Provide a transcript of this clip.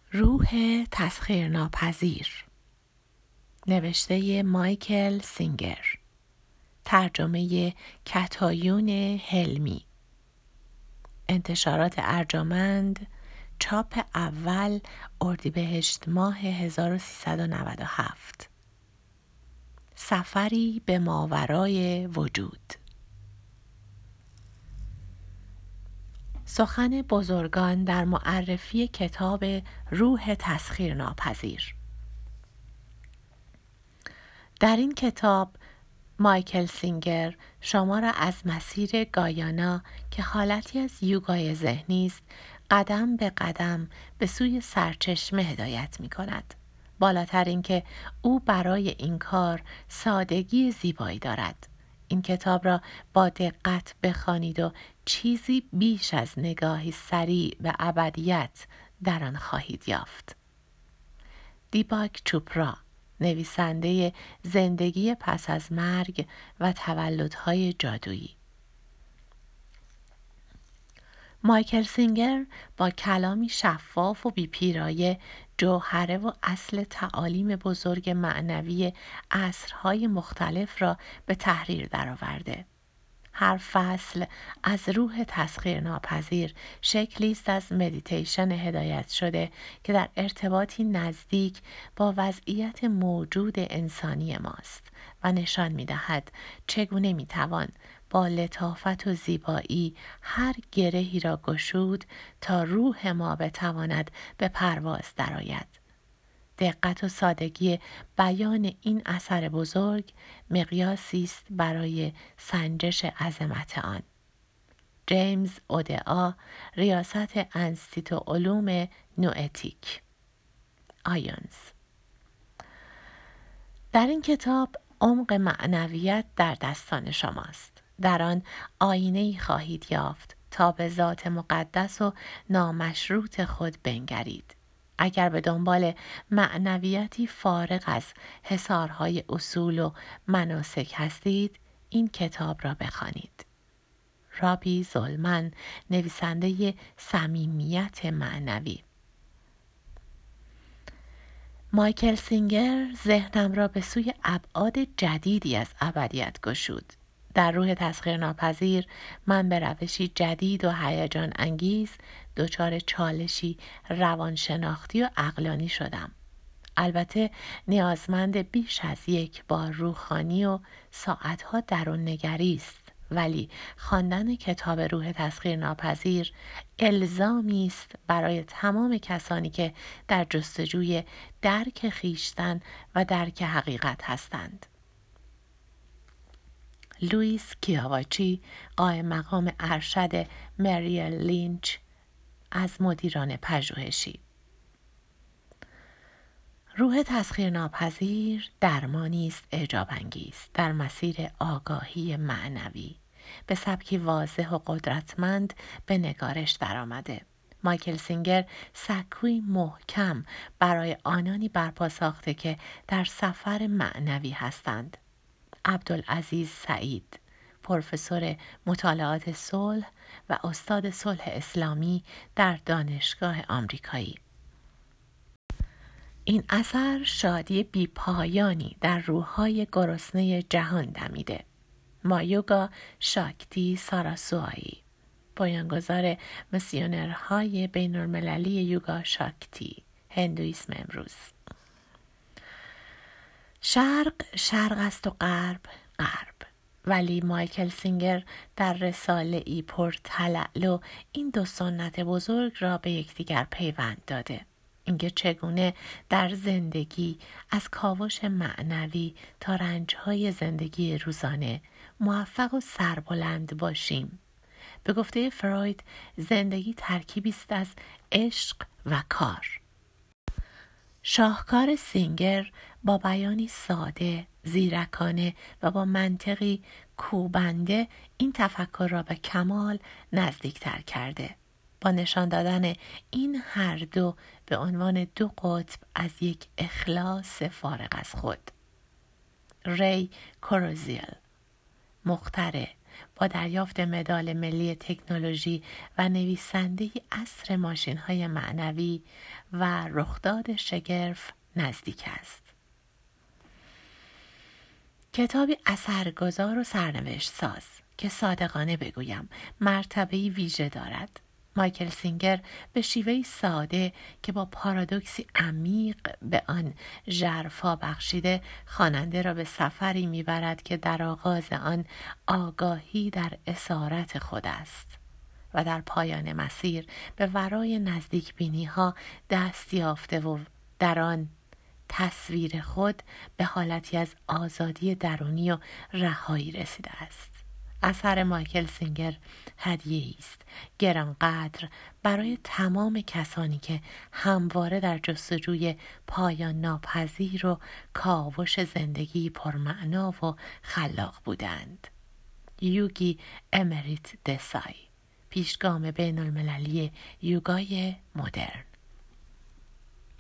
روح تسخیرناپذیر، نوشته مایکل سینگر، ترجمه کتایون حلمی، انتشارات ارجمند، چاپ اول اردیبهشت ماه 1397. سفری به ماورای وجود. سخن بزرگان در معرفی کتاب روح تسخیرناپذیر. در این کتاب مایکل سینگر شما را از مسیر گایانا که حالتی از یوگای ذهنی است قدم به قدم به سوی سرچشمه هدایت می کند. بالاتر این که او برای این کار سادگی زیبایی دارد. این کتاب را با دقت بخوانید و چیزی بیش از نگاهی سریع به ابدیت در آن خواهید یافت. دیپاک چوپرا، نویسنده زندگی پس از مرگ و تولدهای جادویی. مایکل سینگر با کلامی شفاف و بی‌پیرایه جوهره و اصل تعالیم بزرگ معنوی عصرهای مختلف را به تحریر درآورده. هر فصل از روح تسخیرناپذیر شکلی است از مدیتیشن هدایت شده که در ارتباطی نزدیک با وضعیت موجود انسانی ماست و نشان می‌دهد چگونه می‌توان با لطافت و زیبایی هر گرهی را گشود تا روح ما بتواند به پرواز درآید. دقت و سادگی بیان این اثر بزرگ مقیاسی است برای سنجش عظمت آن. جیمز اودعا، ریاست انستیتو علوم نوئتیک، آیونز. در این کتاب عمق معنویت در دستان شماست. در آن آینه‌ای خواهید یافت تا به ذات مقدس و نامشروط خود بنگرید. اگر به دنبال معنویتی فارغ از حصارهای اصول و مناسک هستید، این کتاب را بخوانید. رابی زولمن، نویسنده صمیمیت معنوی. مایکل سینگر ذهنم را به سوی ابعاد جدیدی از ابدیت گشود. در روح تسخیرناپذیر من به روشی جدید و هیجان انگیز دچار چالشی روانشناختی و عقلانی شدم. البته نیازمند بیش از یک بار روحانی و ساعتها درون نگری است، ولی خواندن کتاب روح تسخیرناپذیر الزامی است برای تمام کسانی که در جستجوی درک خویشتن و درک حقیقت هستند. لوئیس کیاواچی، قائم مقام ارشد مریل لینچ از مدیران پژوهشی. روح تسخیرناپذیر درمانی است اعجاب انگیز در مسیر آگاهی معنوی، به سبکی واضح و قدرتمند به نگارش درآمده. مایکل سینگر سکوی محکم برای آنانی برپا ساخته که در سفر معنوی هستند. عبدالعزیز سعید، پروفسور مطالعات صلح و استاد صلح اسلامی در دانشگاه آمریکایی. این اثر شادی بی‌پایانی در روح‌های گرسنه جهان دمیده. مایوگا شاکتی ساراسوایی، بنیانگذار میسیونرهای بین‌المللی یوگا شاکتی، هندویسم امروز. شرق است و غرب غرب. ولی مایکل سینگر در رساله ای پر تلالو این دو سنت بزرگ را به یکدیگر پیوند داده. اینکه چگونه در زندگی از کاوش معنوی تا رنج‌های زندگی روزانه موفق و سربلند باشیم. به گفته فروید زندگی ترکیبی است از عشق و کار. شاهکار سینگر با بیانی ساده، زیرکانه و با منطقی کوبنده این تفکر را به کمال نزدیکتر کرده. با نشان دادن این هر دو به عنوان دو قطب از یک اخلاص فارغ از خود. ری کوروزیل، مخترع، با دریافت مدال ملی تکنولوژی و نویسنده عصر ماشین‌های معنوی و رخداد شگرف نزدیک است. کتابی اثرگذار و سرنوشت ساز که صادقانه بگویم مرتبه‌ای ویژه دارد. مایکل سینگر به شیوهی ساده که با پارادوکسی عمیق به آن ژرفا بخشیده خواننده را به سفری میبرد که در آغاز آن آگاهی در اسارت خود است و در پایان مسیر به ورای نزدیک بینی ها دست یافته و در آن تصویر خود به حالتی از آزادی درونی و رهایی رسیده است. اثر مایکل سینگر هدیه‌ای است گرانقدر برای تمام کسانی که همواره در جستجوی پایان ناپذیر و کاوش زندگی پرمعنا و خلاق بودند. یوگی امریت دسای، پیشگام بین المللی یوگای مدرن.